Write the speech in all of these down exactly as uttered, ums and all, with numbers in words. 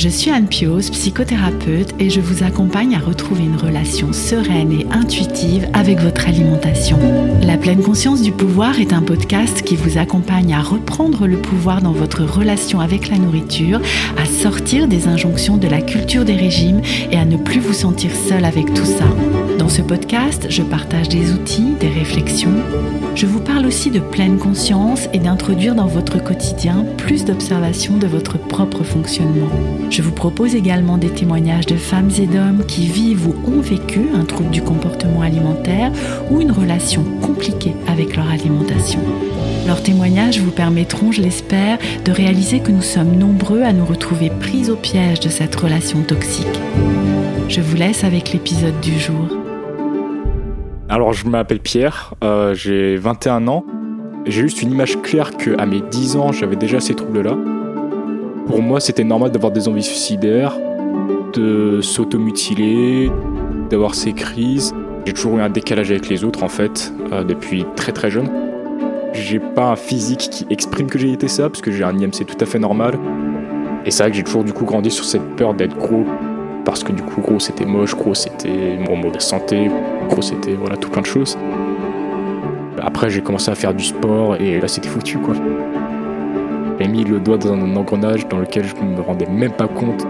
Je suis Anne Pioz, psychothérapeute, et je vous accompagne à retrouver une relation sereine et intuitive avec votre alimentation. La pleine conscience du pouvoir est un podcast qui vous accompagne à reprendre le pouvoir dans votre relation avec la nourriture, à sortir des injonctions de la culture des régimes et à ne plus vous sentir seul avec tout ça. Dans ce podcast, je partage des outils, des réflexions. Je vous parle aussi de pleine conscience et d'introduire dans votre quotidien plus d'observation de votre propre fonctionnement. Je vous propose également des témoignages de femmes et d'hommes qui vivent ou ont vécu un trouble du comportement alimentaire ou une relation compliquée avec leur alimentation. Leurs témoignages vous permettront, je l'espère, de réaliser que nous sommes nombreux à nous retrouver pris au piège de cette relation toxique. Je vous laisse avec l'épisode du jour. Alors je m'appelle Pierre, euh, j'ai vingt et un ans. J'ai juste une image claire qu'à mes dix ans, j'avais déjà ces troubles-là. Pour moi, c'était normal d'avoir des envies suicidaires, de s'automutiler, d'avoir ces crises. J'ai toujours eu un décalage avec les autres en fait, euh, depuis très très jeune. J'ai pas un physique qui exprime que j'ai été ça, parce que j'ai un I M C tout à fait normal. Et c'est vrai que j'ai toujours du coup grandi sur cette peur d'être gros, parce que du coup gros c'était moche, gros c'était en mauvaise santé, gros c'était voilà tout plein de choses. Après j'ai commencé à faire du sport et là c'était foutu quoi. J'ai mis le doigt dans un engrenage dans lequel je me rendais même pas compte.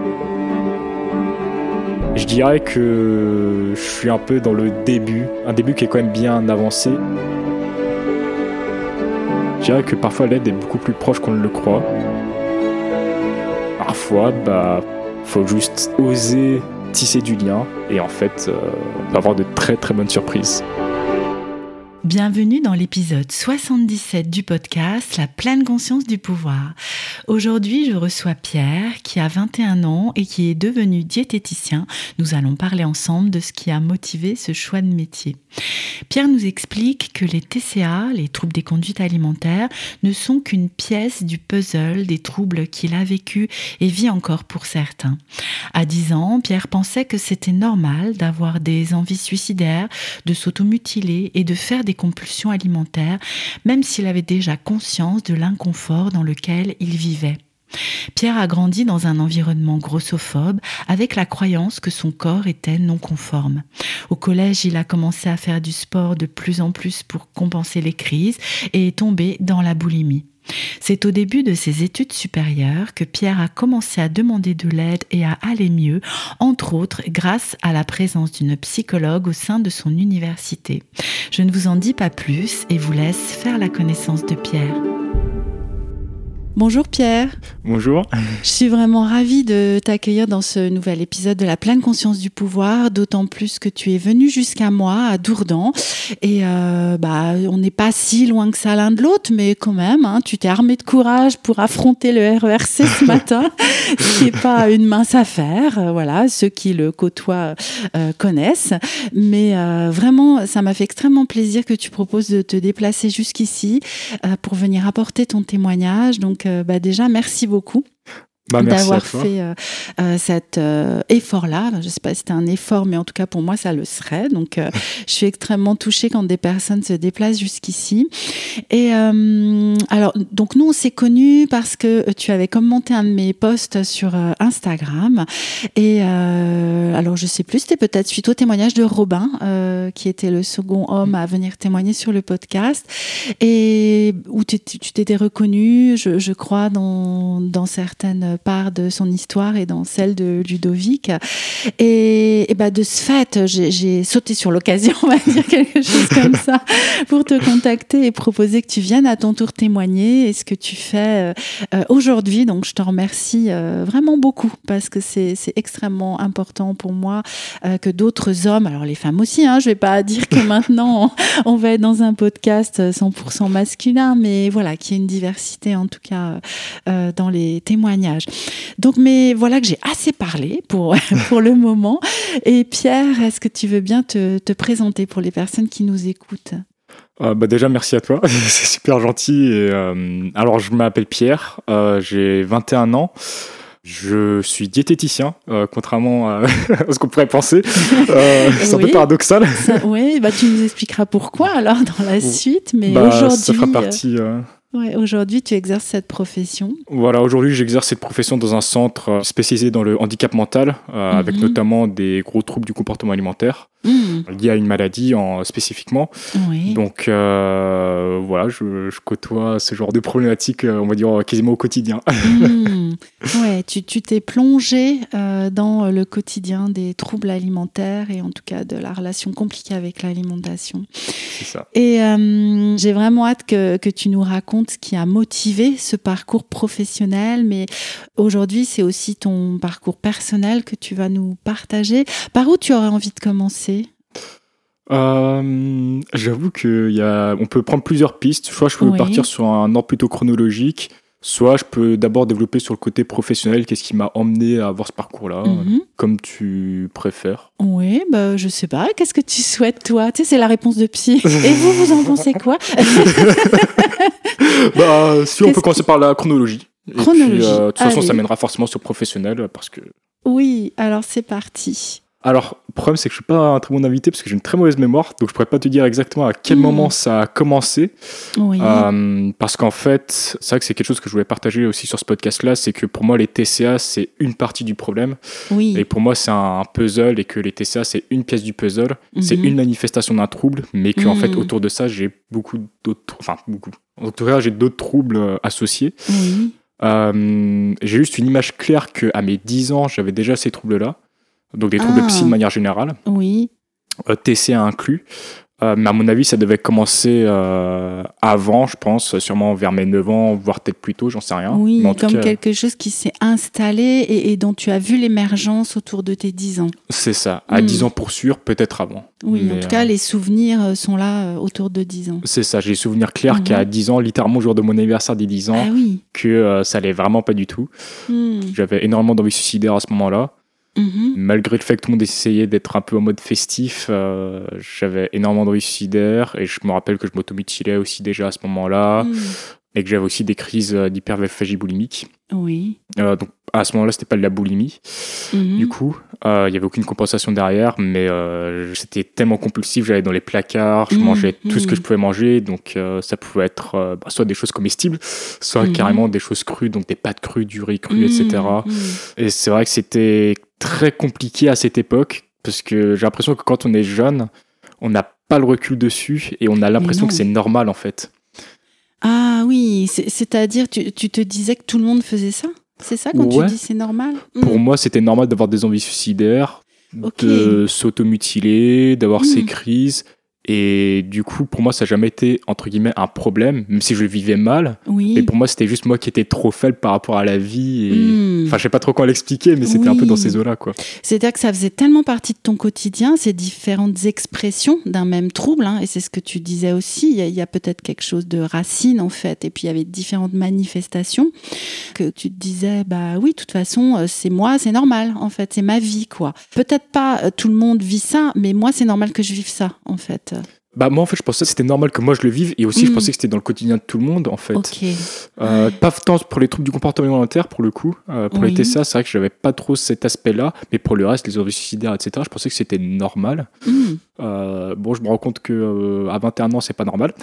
Je dirais que je suis un peu dans le début, un début qui est quand même bien avancé. Je dirais que parfois l'aide est beaucoup plus proche qu'on ne le croit. Parfois, bah, faut juste oser tisser du lien et en fait, euh, on peut avoir de très très bonnes surprises. Bienvenue dans l'épisode soixante-dix-sept du podcast La pleine conscience du pouvoir. Aujourd'hui, je reçois Pierre qui a vingt et un ans et qui est devenu diététicien. Nous allons parler ensemble de ce qui a motivé ce choix de métier. Pierre nous explique que les T C A, les troubles des conduites alimentaires, ne sont qu'une pièce du puzzle des troubles qu'il a vécu et vit encore pour certains. À dix ans, Pierre pensait que c'était normal d'avoir des envies suicidaires, de s'automutiler et de faire des compulsions alimentaires, même s'il avait déjà conscience de l'inconfort dans lequel il vivait. Pierre a grandi dans un environnement grossophobe avec la croyance que son corps était non conforme. Au collège, il a commencé à faire du sport de plus en plus pour compenser les crises et est tombé dans la boulimie. C'est au début de ses études supérieures que Pierre a commencé à demander de l'aide et à aller mieux, entre autres grâce à la présence d'une psychologue au sein de son université. Je ne vous en dis pas plus et vous laisse faire la connaissance de Pierre. Bonjour Pierre. Bonjour. Je suis vraiment ravie de t'accueillir dans ce nouvel épisode de La pleine conscience du pouvoir, d'autant plus que tu es venu jusqu'à moi à Dourdan et euh, bah, on n'est pas si loin que ça l'un de l'autre, mais quand même, hein, tu t'es armé de courage pour affronter le R E R C ce matin, ce qui n'est pas une mince affaire, euh, voilà, ceux qui le côtoient euh, connaissent, mais euh, vraiment, ça m'a fait extrêmement plaisir que tu proposes de te déplacer jusqu'ici euh, pour venir apporter ton témoignage, donc Euh, bah déjà, merci beaucoup. Bah, merci d'avoir fait euh, euh, cet euh, effort-là. Je ne sais pas si c'était un effort, mais en tout cas pour moi ça le serait. Donc euh, je suis extrêmement touchée quand des personnes se déplacent jusqu'ici. Et euh, alors donc nous on s'est connus parce que tu avais commenté un de mes posts sur euh, Instagram. Et euh, alors je sais plus, c'était peut-être suite au témoignage de Robin, euh, qui était le second homme à venir témoigner sur le podcast, et où tu t'étais reconnu, je, je crois, dans dans certaines part de son histoire et dans celle de Ludovic. Et, et bah de ce fait, j'ai, j'ai sauté sur l'occasion, on va dire quelque chose comme ça, pour te contacter et proposer que tu viennes à ton tour témoigner et ce que tu fais euh, aujourd'hui. Donc, je te remercie euh, vraiment beaucoup parce que c'est, c'est extrêmement important pour moi euh, que d'autres hommes, alors les femmes aussi, hein, je vais pas dire que maintenant on, on va être dans un podcast cent pour cent masculin, mais voilà, qu'il y ait une diversité en tout cas euh, dans les témoignages. Donc, mais voilà que j'ai assez parlé pour, pour le moment. Et Pierre, est-ce que tu veux bien te, te présenter pour les personnes qui nous écoutent ? Euh, bah déjà, merci à toi. C'est super gentil. Et, euh, alors, je m'appelle Pierre. Euh, j'ai vingt et un ans. Je suis diététicien, euh, contrairement à ce qu'on pourrait penser. Euh, c'est oui, un peu paradoxal. Ça, oui, bah, tu nous expliqueras pourquoi alors dans la suite. Mais bah, aujourd'hui, ça fera partie... Euh... Ouais, aujourd'hui, tu exerces cette profession. Voilà, aujourd'hui, j'exerce cette profession dans un centre euh, spécialisé dans le handicap mental, euh, Mhm. avec notamment des gros troubles du comportement alimentaire, Mmh. liés à une maladie en, spécifiquement. Oui. Donc euh, voilà, je, je côtoie ce genre de problématiques, euh, on va dire, quasiment au quotidien. Mmh. Ouais, tu, tu t'es plongé euh, dans le quotidien des troubles alimentaires et en tout cas de la relation compliquée avec l'alimentation. C'est ça. Et euh, j'ai vraiment hâte que, que tu nous racontes ce qui a motivé ce parcours professionnel, mais aujourd'hui c'est aussi ton parcours personnel que tu vas nous partager. Par où tu aurais envie de commencer ? Euh, j'avoue qu'on peut prendre plusieurs pistes. Soit je peux Oui. partir sur un ordre plutôt chronologique, soit je peux d'abord développer sur le côté professionnel, qu'est-ce qui m'a emmené à avoir ce parcours-là, Mhm. comme tu préfères. Oui, bah, je sais pas. Qu'est-ce que tu souhaites, toi ? Tu sais, c'est la réponse de psy. Et vous, vous en pensez quoi ? Bah, si on Qu'est-ce peut commencer par la chronologie. Et Chronologie, puis, euh, de toute façon, allez. ça mènera forcément sur professionnel, parce que... Oui, alors c'est parti. Alors, le problème, c'est que je suis pas un très bon invité, parce que j'ai une très mauvaise mémoire, donc je pourrais pas te dire exactement à quel Mm. moment ça a commencé. Oui. Euh, parce qu'en fait, c'est vrai que c'est quelque chose que je voulais partager aussi sur ce podcast-là, c'est que pour moi, les T C A, c'est une partie du problème. Oui. Et pour moi, c'est un puzzle, et que les T C A, c'est une pièce du puzzle. C'est Mhm. une manifestation d'un trouble, mais qu'en Mhm. fait, autour de ça, j'ai beaucoup d'autres... Enfin, beaucoup. En tout cas, j'ai d'autres troubles euh, associés. Oui. Euh, j'ai juste une image claire qu'à mes dix ans, j'avais déjà ces troubles-là. Donc des troubles Ah. psy de manière générale, Oui. euh, T C A inclus. Euh, mais à mon avis, ça devait commencer euh, avant, je pense, sûrement vers mes neuf ans, voire peut-être plus tôt, j'en sais rien. Oui, Mais en tout comme cas, quelque chose qui s'est installé et, et dont tu as vu l'émergence autour de tes dix ans. c'est ça. À Mm. dix ans pour sûr, peut-être avant. Oui, Mais, en tout cas, euh, les souvenirs euh, sont là euh, autour de dix ans. c'est ça. J'ai le souvenir clair Mhm. qu'à dix ans, littéralement au jour de mon anniversaire des dix ans, Ah oui. que euh, ça allait vraiment pas du tout. Mm. J'avais énormément d'envie suicidaire à ce moment-là. Mhm. Malgré le fait que tout le monde essayait d'être un peu en mode festif, euh, j'avais énormément d'envie suicidaire, et je me rappelle que je m'automutilais aussi déjà à ce moment-là, Mm. et que j'avais aussi des crises euh, d'hyperphagie boulimique. Oui. Euh, donc à ce moment-là, c'était pas de la boulimie. Mhm. Du coup, euh, il y avait aucune compensation derrière, mais euh, c'était tellement compulsif, j'allais dans les placards, je Mhm. mangeais tout ce que Mhm. je pouvais manger, donc euh, ça pouvait être euh, bah, soit des choses comestibles, soit Mhm. carrément des choses crues, donc des pâtes crues, du riz cru, Mm. et cetera. Mm. Et c'est vrai que c'était très compliqué à cette époque, parce que j'ai l'impression que quand on est jeune, on n'a pas le recul dessus, et on a l'impression non. que c'est normal en fait. Ah oui, c'est- c'est-à-dire tu, tu te disais que tout le monde faisait ça ? C'est ça quand Ouais. tu dis c'est normal ? Pour Mm. moi, c'était normal d'avoir des envies suicidaires, Ok. de s'automutiler, d'avoir Mm. ces crises. Et du coup, pour moi, ça n'a jamais été, entre guillemets, un problème, même si je le vivais mal. Oui. Mais pour moi, c'était juste moi qui étais trop faible par rapport à la vie. Et... Mm. Enfin, je sais pas trop comment l'expliquer, mais c'était un peu Oui. dans ces eaux-là, quoi. C'est-à-dire que ça faisait tellement partie de ton quotidien, ces différentes expressions d'un même trouble, hein, et c'est ce que tu disais aussi, il y a, il y a peut-être quelque chose de racine en fait, et puis il y avait différentes manifestations que tu te disais, bah oui, de toute façon, euh, c'est moi, c'est normal en fait, c'est ma vie quoi. Peut-être pas euh, tout le monde vit ça, mais moi c'est normal que je vive ça en fait. Bah, moi, en fait, je pensais que c'était normal que moi je le vive, et aussi, je Mm. pensais que c'était dans le quotidien de tout le monde, en fait. Ok. Euh, pas tant pour les troubles du comportement alimentaire, pour le coup. Euh, pour Oui. les T C A, c'est vrai que j'avais pas trop cet aspect-là, mais pour le reste, les envies suicidaires, et cetera, je pensais que c'était normal. Mm. Euh, bon, je me rends compte que euh, à vingt et un ans, c'est pas normal.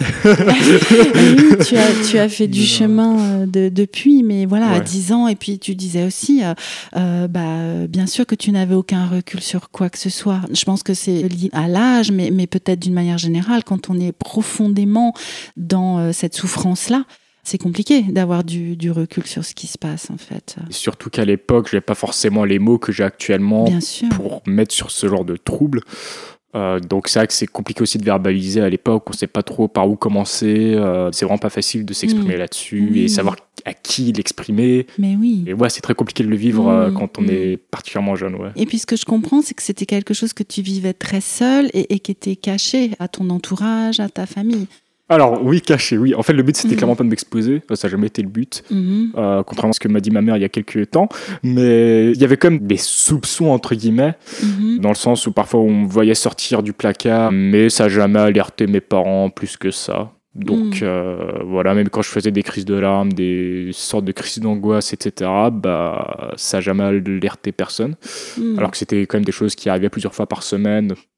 Oui, tu as, tu as fait du Mais, euh, chemin euh, de- depuis, mais voilà, à Ouais. dix ans, et puis tu disais aussi, euh, euh, bah, euh, bien sûr que tu n'avais aucun recul sur quoi que ce soit. Je pense que c'est lié à l'âge, mais, mais peut-être d'une manière générale, quand on est profondément dans euh, cette souffrance-là, c'est compliqué d'avoir du, du recul sur ce qui se passe, en fait. Et surtout qu'à l'époque, j'avais pas forcément les mots que j'ai actuellement Bien sûr. pour mettre sur ce genre de trouble. Euh, donc c'est vrai que c'est compliqué aussi de verbaliser à l'époque, on sait pas trop par où commencer, euh, c'est vraiment pas facile de s'exprimer Mmh. là-dessus Oui. et savoir à qui l'exprimer. Mais oui. Et ouais, c'est très compliqué de le vivre Mmh. euh, quand on Mmh. est particulièrement jeune, ouais. Et puis ce que je comprends, c'est que c'était quelque chose que tu vivais très seul et, et qui était caché à ton entourage, à ta famille. Alors oui, caché, oui. En fait, le but, c'était Mhm. clairement pas de m'exposer. Ça n'a jamais été le but, Mhm. euh, contrairement à ce que m'a dit ma mère il y a quelques temps. Mais il y avait quand même des soupçons, entre guillemets, Mhm. dans le sens où parfois on me voyait sortir du placard, mais ça n'a jamais alerté mes parents plus que ça. Donc Mhm. euh, voilà, même quand je faisais des crises de larmes, des sortes de crises d'angoisse, et cetera, bah, ça n'a jamais alerté personne. Mhm. Alors que c'était quand même des choses qui arrivaient plusieurs fois par semaine,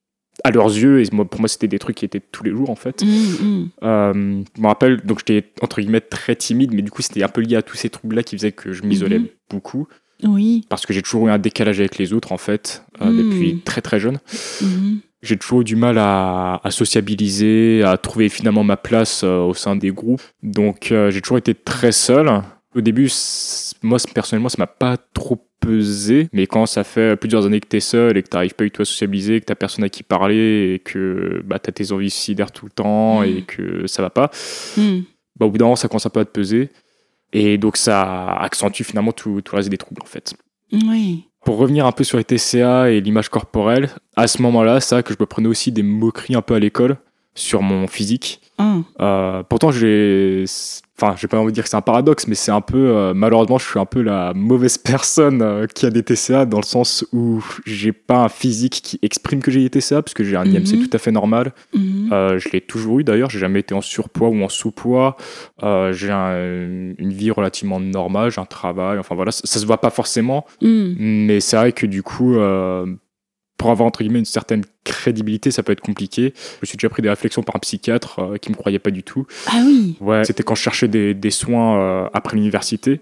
à leurs yeux, et moi, pour moi c'était des trucs qui étaient tous les jours en fait. Mmh, mmh. Euh, je me rappelle, donc j'étais entre guillemets très timide, mais du coup c'était un peu lié à tous ces troubles là qui faisaient que je m'isolais Mmh. beaucoup, Oui. parce que j'ai toujours eu un décalage avec les autres en fait, euh, Mmh. depuis très très jeune. Mmh. J'ai toujours eu du mal à, à sociabiliser, à trouver finalement ma place euh, au sein des groupes, donc euh, j'ai toujours été très seul. Au début, c- moi personnellement ça m'a pas trop pesé, mais quand ça fait plusieurs années que t'es seul et que t'arrives pas du tout à socialiser, que t'as personne à qui parler et que bah, t'as tes envies suicidaires tout le temps Mmh. et que ça va pas, Mmh. bah, au bout d'un moment ça commence un peu à te peser, et donc ça accentue finalement tout, tout le reste des troubles en fait. Oui. Pour revenir un peu sur les T C A et l'image corporelle, à ce moment-là, c'est vrai que je me prenais aussi des moqueries un peu à l'école sur mon physique. Ah. Euh, pourtant, j'ai, enfin, j'ai pas envie de dire que c'est un paradoxe, mais c'est un peu, euh, malheureusement, je suis un peu la mauvaise personne euh, qui a des T C A, dans le sens où j'ai pas un physique qui exprime que j'ai des T C A, parce que j'ai un I M C Mhm. tout à fait normal. Mhm. Euh, je l'ai toujours eu d'ailleurs, j'ai jamais été en surpoids ou en sous-poids. Euh, j'ai un- une vie relativement normale, j'ai un travail, enfin voilà, ça, ça se voit pas forcément, Mhm. mais c'est vrai que du coup, euh, pour avoir entre guillemets une certaine crédibilité, ça peut être compliqué. Je me suis déjà pris des réflexions par un psychiatre euh, qui me croyait pas du tout. Ah oui. Ouais, c'était quand je cherchais des, des soins euh, après l'université.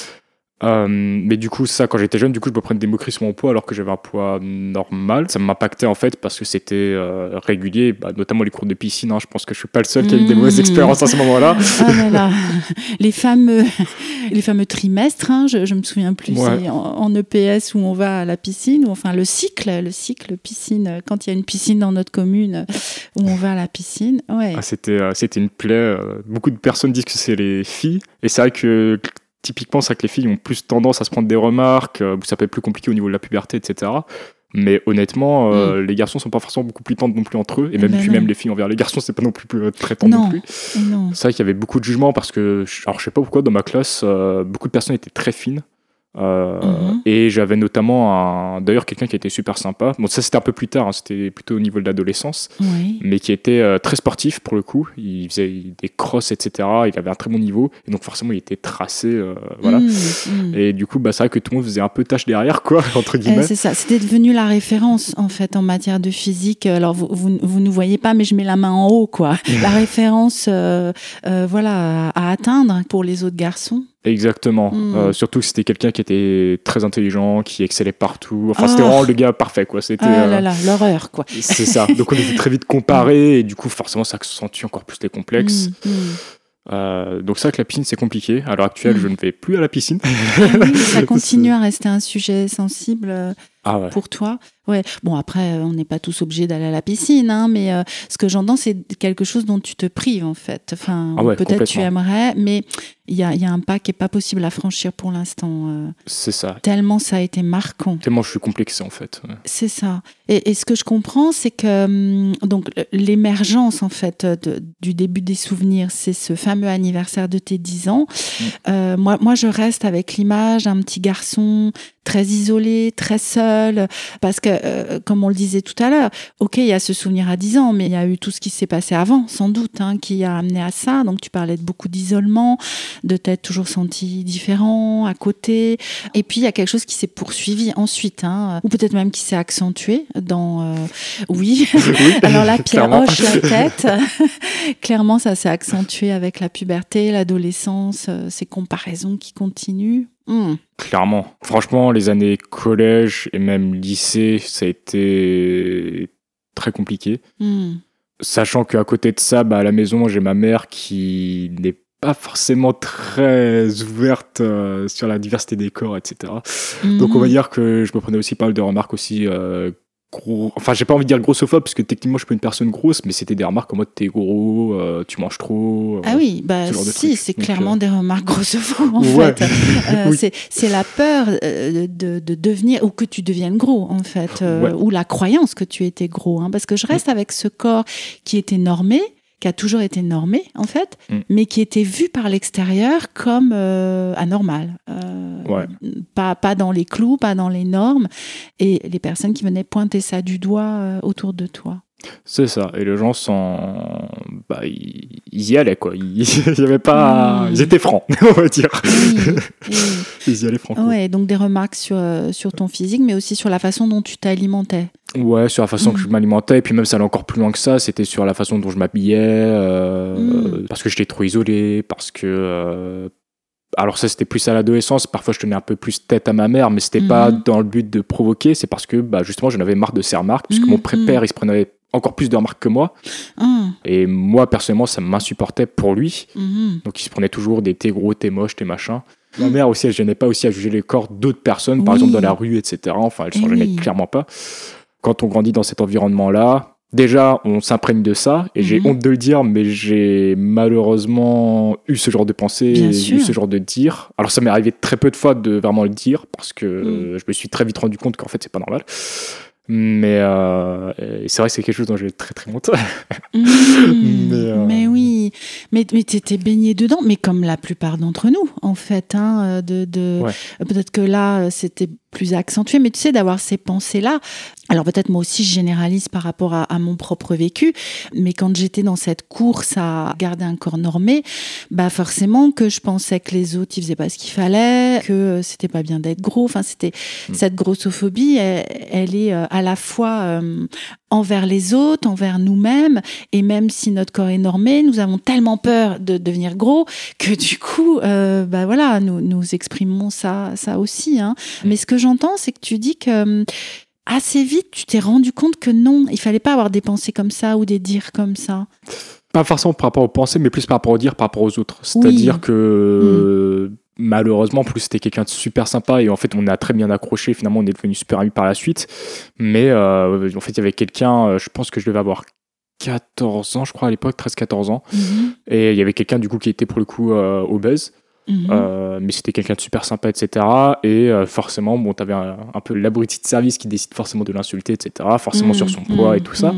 Euh, mais du coup, ça, quand j'étais jeune, du coup, je me prenais des moqueries sur mon poids alors que j'avais un poids normal. Ça m'impactait en fait parce que c'était euh, régulier, bah, notamment les cours de piscine. Hein. Je pense que je suis pas le seul qui a eu des Mmh. mauvaises expériences à ce moment-là. Ah là là, les fameux, les fameux trimestres, hein, je, je me souviens plus, Ouais. c'est en, en E P S où on va à la piscine, ou enfin le cycle, le cycle piscine, quand il y a une piscine dans notre commune où on va à la piscine. Ouais. Ah, c'était, euh, c'était une plaie. euh, beaucoup de personnes disent que c'est les filles. Et c'est vrai que typiquement, c'est vrai que les filles ont plus tendance à se prendre des remarques, euh, ça peut être plus compliqué au niveau de la puberté, et cetera. Mais honnêtement, euh, les garçons sont pas forcément beaucoup plus tendres non plus entre eux. Et même, Ben puis non. même les filles envers les garçons, c'est pas non plus euh, très tendre non Non. plus. Et non. C'est vrai qu'il y avait beaucoup de jugements parce que, alors je sais pas pourquoi, dans ma classe, euh, beaucoup de personnes étaient très fines. Euh, Mhm. Et j'avais notamment un, d'ailleurs quelqu'un qui était super sympa. Bon, ça c'était un peu plus tard, hein, c'était plutôt au niveau de l'adolescence, Oui. mais qui était euh, très sportif pour le coup. Il faisait des crosses, et cetera. Il avait un très bon niveau, et donc forcément il était tracé, euh, voilà. Mmh, mmh. Et du coup, bah, c'est vrai que tout le monde faisait un peu tâche derrière, quoi, entre Euh, guillemets. c'est ça, c'était devenu la référence en fait en matière de physique. Alors vous vous, vous nous voyez pas, mais je mets la main en haut quoi. La référence, euh, euh, voilà, à, à atteindre pour les autres garçons. Exactement. Mm. Euh, surtout que c'était quelqu'un qui était très intelligent, qui excellait partout. Enfin, Ah. c'était vraiment le gars parfait, quoi. C'était, Ah euh, là là, l'horreur quoi. c'est ça. Donc on était très vite comparés, et du coup, forcément, ça accentue encore plus les complexes. Mm, mm. Euh, donc c'est vrai que la piscine, c'est compliqué. À l'heure actuelle, Mm. je ne vais plus à la piscine. Ah oui, ça continue à rester un sujet sensible euh, Ah ouais. pour toi. Ouais. Bon après, euh, on n'est pas tous obligés d'aller à la piscine, hein, mais euh, ce que j'entends, c'est quelque chose dont tu te prives en fait. Enfin, Ah ouais, peut-être tu complètement. aimerais, mais il y a, il y a un pas qui est pas possible à franchir pour l'instant. euh, C'est ça. tellement ça a été marquant. Tellement je suis complexé, en fait. Ouais. C'est ça. Et, et ce que je comprends, c'est que hum, donc l'émergence en fait de- du début des souvenirs, c'est ce fameux anniversaire de tes dix ans. Mm. Euh, moi, moi, je reste avec l'image d'un petit garçon très isolé, très seul, parce que, euh, comme on le disait tout à l'heure, ok, il y a ce souvenir à dix ans, mais il y a eu tout ce qui s'est passé avant, sans doute, hein, qui a amené à ça. Donc, tu parlais de beaucoup d'isolement, de t'être toujours senti différent, à côté. Et puis, il y a quelque chose qui s'est poursuivi ensuite, hein, ou peut-être même qui s'est accentué dans... euh, Oui, alors là, Pierre clairement. hoche la tête. Clairement, ça s'est accentué avec la puberté, l'adolescence, euh, ces comparaisons qui continuent. Hmm. Clairement. Franchement, les années collège et même lycée, ça a été très compliqué. Hmm. Sachant qu'à côté de ça, bah, à la maison, j'ai ma mère qui n'est pas forcément très ouverte euh, sur la diversité des corps, et cetera. Donc on va Mhm. dire que je me prenais aussi pas mal de remarques aussi euh, gros. Enfin, j'ai pas envie de dire grossophobe, parce que techniquement, je suis pas une personne grosse, mais c'était des remarques en mode t'es gros, euh, tu manges trop. euh, Ah oui, bah ce genre de si, trucs. c'est Donc, clairement euh, des remarques grossophobes en Ouais. fait. Euh, Oui. c'est, c'est la peur euh, de, de devenir, ou que tu deviennes gros en fait, euh, Ouais. ou la croyance que tu étais gros. Hein, parce que je reste avec ce corps qui était normé, qui a toujours été normé en fait, Mm. mais qui était vu par l'extérieur comme euh, anormal. Euh, Ouais. pas, pas dans les clous, pas dans les normes. Et les personnes qui venaient pointer ça du doigt euh, autour de toi. C'est ça. Et les gens sont. Bah, ils, ils y allaient, quoi. Ils, il y avait pas. Mm. Ils étaient francs, on va dire. Oui, oui. Ils y allaient franco. Ouais, donc des remarques sur, euh, sur ton physique, mais aussi sur la façon dont tu t'alimentais. Ouais, sur la façon mmh. que je m'alimentais, et puis même ça allait encore plus loin que ça, c'était sur la façon dont je m'habillais, euh, mmh. parce que j'étais trop isolé, parce que... Euh, alors ça, c'était plus à l'adolescence, parfois je tenais un peu plus tête à ma mère, mais c'était mmh. pas dans le but de provoquer, c'est parce que bah, justement j'en avais marre de ces remarques, puisque mmh. mon père, il se prenait encore plus de remarques que moi, mmh. et moi, personnellement, ça m'insupportait pour lui, mmh. donc il se prenait toujours des « t'es gros, t'es moche, t'es machin ». Ma mère aussi, elle ne gênait pas aussi à juger les corps d'autres personnes, par oui. exemple dans la rue, et cetera. Enfin, elle ne s'en gênait oui. clairement pas. Quand on grandit dans cet environnement-là, déjà, on s'imprègne de ça, et mm-hmm. j'ai honte de le dire, mais j'ai malheureusement eu ce genre de pensée, Bien eu sûr. ce genre de dire. Alors, ça m'est arrivé très peu de fois de vraiment le dire, parce que mm. euh, je me suis très vite rendu compte qu'en fait, c'est pas normal. Mais euh, c'est vrai que c'est quelque chose dont j'ai très très honte. Mmh, mais, euh... mais oui, mais, mais tu étais baigné dedans, mais comme la plupart d'entre nous, en fait. Hein, de, de... Ouais. Peut-être que là, c'était plus accentué, mais tu sais, d'avoir ces pensées-là. Alors peut-être moi aussi, je généralise par rapport à, à mon propre vécu, mais quand j'étais dans cette course à garder un corps normé, bah forcément que je pensais que les autres, ils faisaient pas ce qu'il fallait, que c'était pas bien d'être gros. Enfin, c'était mmh. cette grossophobie, elle, elle est à la fois euh, envers les autres, envers nous-mêmes, et même si notre corps est normé, nous avons tellement peur de devenir gros que du coup, euh, bah voilà, nous, nous exprimons ça, ça aussi. Hein. Mais ce que j'entends, c'est que tu dis que assez vite, tu t'es rendu compte que non, il fallait pas avoir des pensées comme ça ou des dires comme ça. Pas forcément par rapport aux pensées, mais plus par rapport aux dires, par rapport aux autres. C'est-à-dire oui. que mmh. malheureusement, en plus, c'était quelqu'un de super sympa et en fait, on a très bien accroché. Finalement, on est devenus super amis par la suite. Mais euh, en fait, il y avait quelqu'un, je pense que je devais avoir quatorze ans, je crois, à l'époque, treize quatorze ans. Mmh. Et il y avait quelqu'un, du coup, qui était pour le coup euh, obèse. Mmh. Euh, mais c'était quelqu'un de super sympa, et cetera. Et euh, forcément, bon, t'avais un, un peu l'abruti de service qui décide forcément de l'insulter, et cetera. Forcément mmh. sur son poids mmh. et tout ça. Mmh.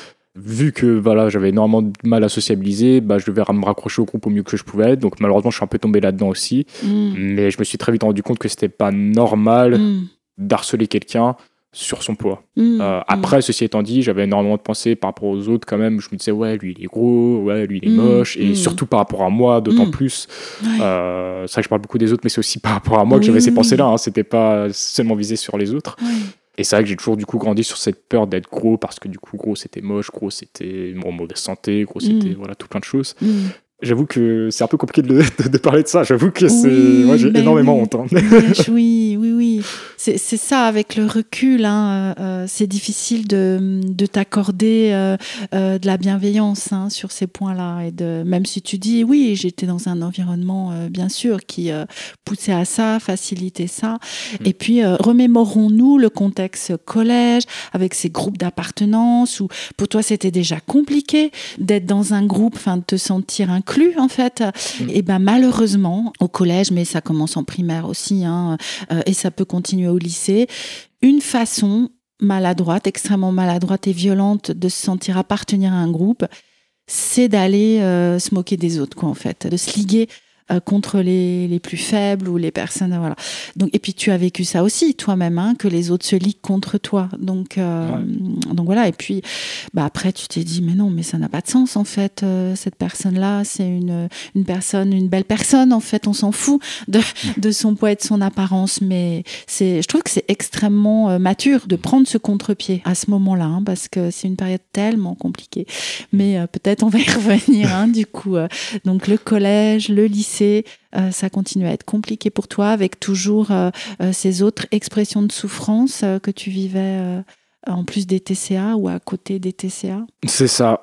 Vu que voilà, j'avais énormément de mal à sociabiliser, bah, je devais me raccrocher au groupe au mieux que je pouvais. Donc malheureusement, je suis un peu tombé là-dedans aussi. Mmh. Mais je me suis très vite rendu compte que c'était pas normal mmh. d'harceler quelqu'un sur son poids. Mmh. Euh, après, mmh. ceci étant dit, j'avais énormément de pensées par rapport aux autres quand même. Je me disais, ouais, lui, il est gros, ouais, lui, il est mmh. moche. Et mmh. surtout par rapport à moi, d'autant mmh. plus. Ouais. Euh, c'est vrai que je parle beaucoup des autres, mais c'est aussi par rapport à moi oui, que j'avais oui, ces pensées-là. Hein. C'était pas seulement visé sur les autres. Oui. Et c'est vrai que j'ai toujours du coup grandi sur cette peur d'être gros parce que du coup, gros, c'était moche, gros, c'était en mauvaise santé, gros, c'était mmh. voilà, tout plein de choses. Mmh. J'avoue que c'est un peu compliqué de, de, de parler de ça. J'avoue que c'est... Oui, moi, j'ai ben énormément oui. honte. Hein. Oui, oui, oui. C'est, c'est ça, avec le recul. Hein, euh, c'est difficile de, de t'accorder euh, euh, de la bienveillance hein, sur ces points-là. Et de, même si tu dis, oui, j'étais dans un environnement, euh, bien sûr, qui euh, poussait à ça, facilitait ça. Mmh. Et puis, euh, remémorons-nous le contexte collège, avec ces groupes d'appartenance, où pour toi, c'était déjà compliqué d'être dans un groupe, enfin, de te sentir inclus. Inclus en fait, mmh. et ben malheureusement au collège, mais ça commence en primaire aussi, hein, euh, et ça peut continuer au lycée. Une façon maladroite, extrêmement maladroite et violente de se sentir appartenir à un groupe, c'est d'aller euh, se moquer des autres, quoi, en fait, de se liguer euh, contre les, les plus faibles ou les personnes, voilà. Donc, et puis tu as vécu ça aussi toi-même, hein, que les autres se liguent contre toi. Donc, euh, ouais. donc voilà. Et puis, bah après, tu t'es dit, mais non, mais ça n'a pas de sens en fait. Euh, cette personne-là, c'est une une personne, une belle personne. En fait, on s'en fout de de son poids et de son apparence. Mais c'est, je trouve que c'est extrêmement euh, mature de prendre ce contre-pied à ce moment-là, hein, parce que c'est une période tellement compliquée. Mais euh, peut-être on va y revenir. Hein, du coup, euh, donc le collège, le lycée. Euh, ça continue à être compliqué pour toi avec toujours euh, euh, ces autres expressions de souffrance euh, que tu vivais euh, en plus des T C A ou à côté des T C A. C'est ça.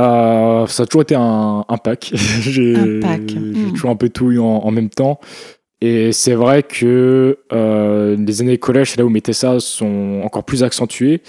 Ça, ça a toujours été un, un pack. j'ai, un pack. J'ai mmh. toujours un peu tout eu en, en même temps. Et c'est vrai que euh, les années collège, c'est là où mes T C A sont encore plus accentuées.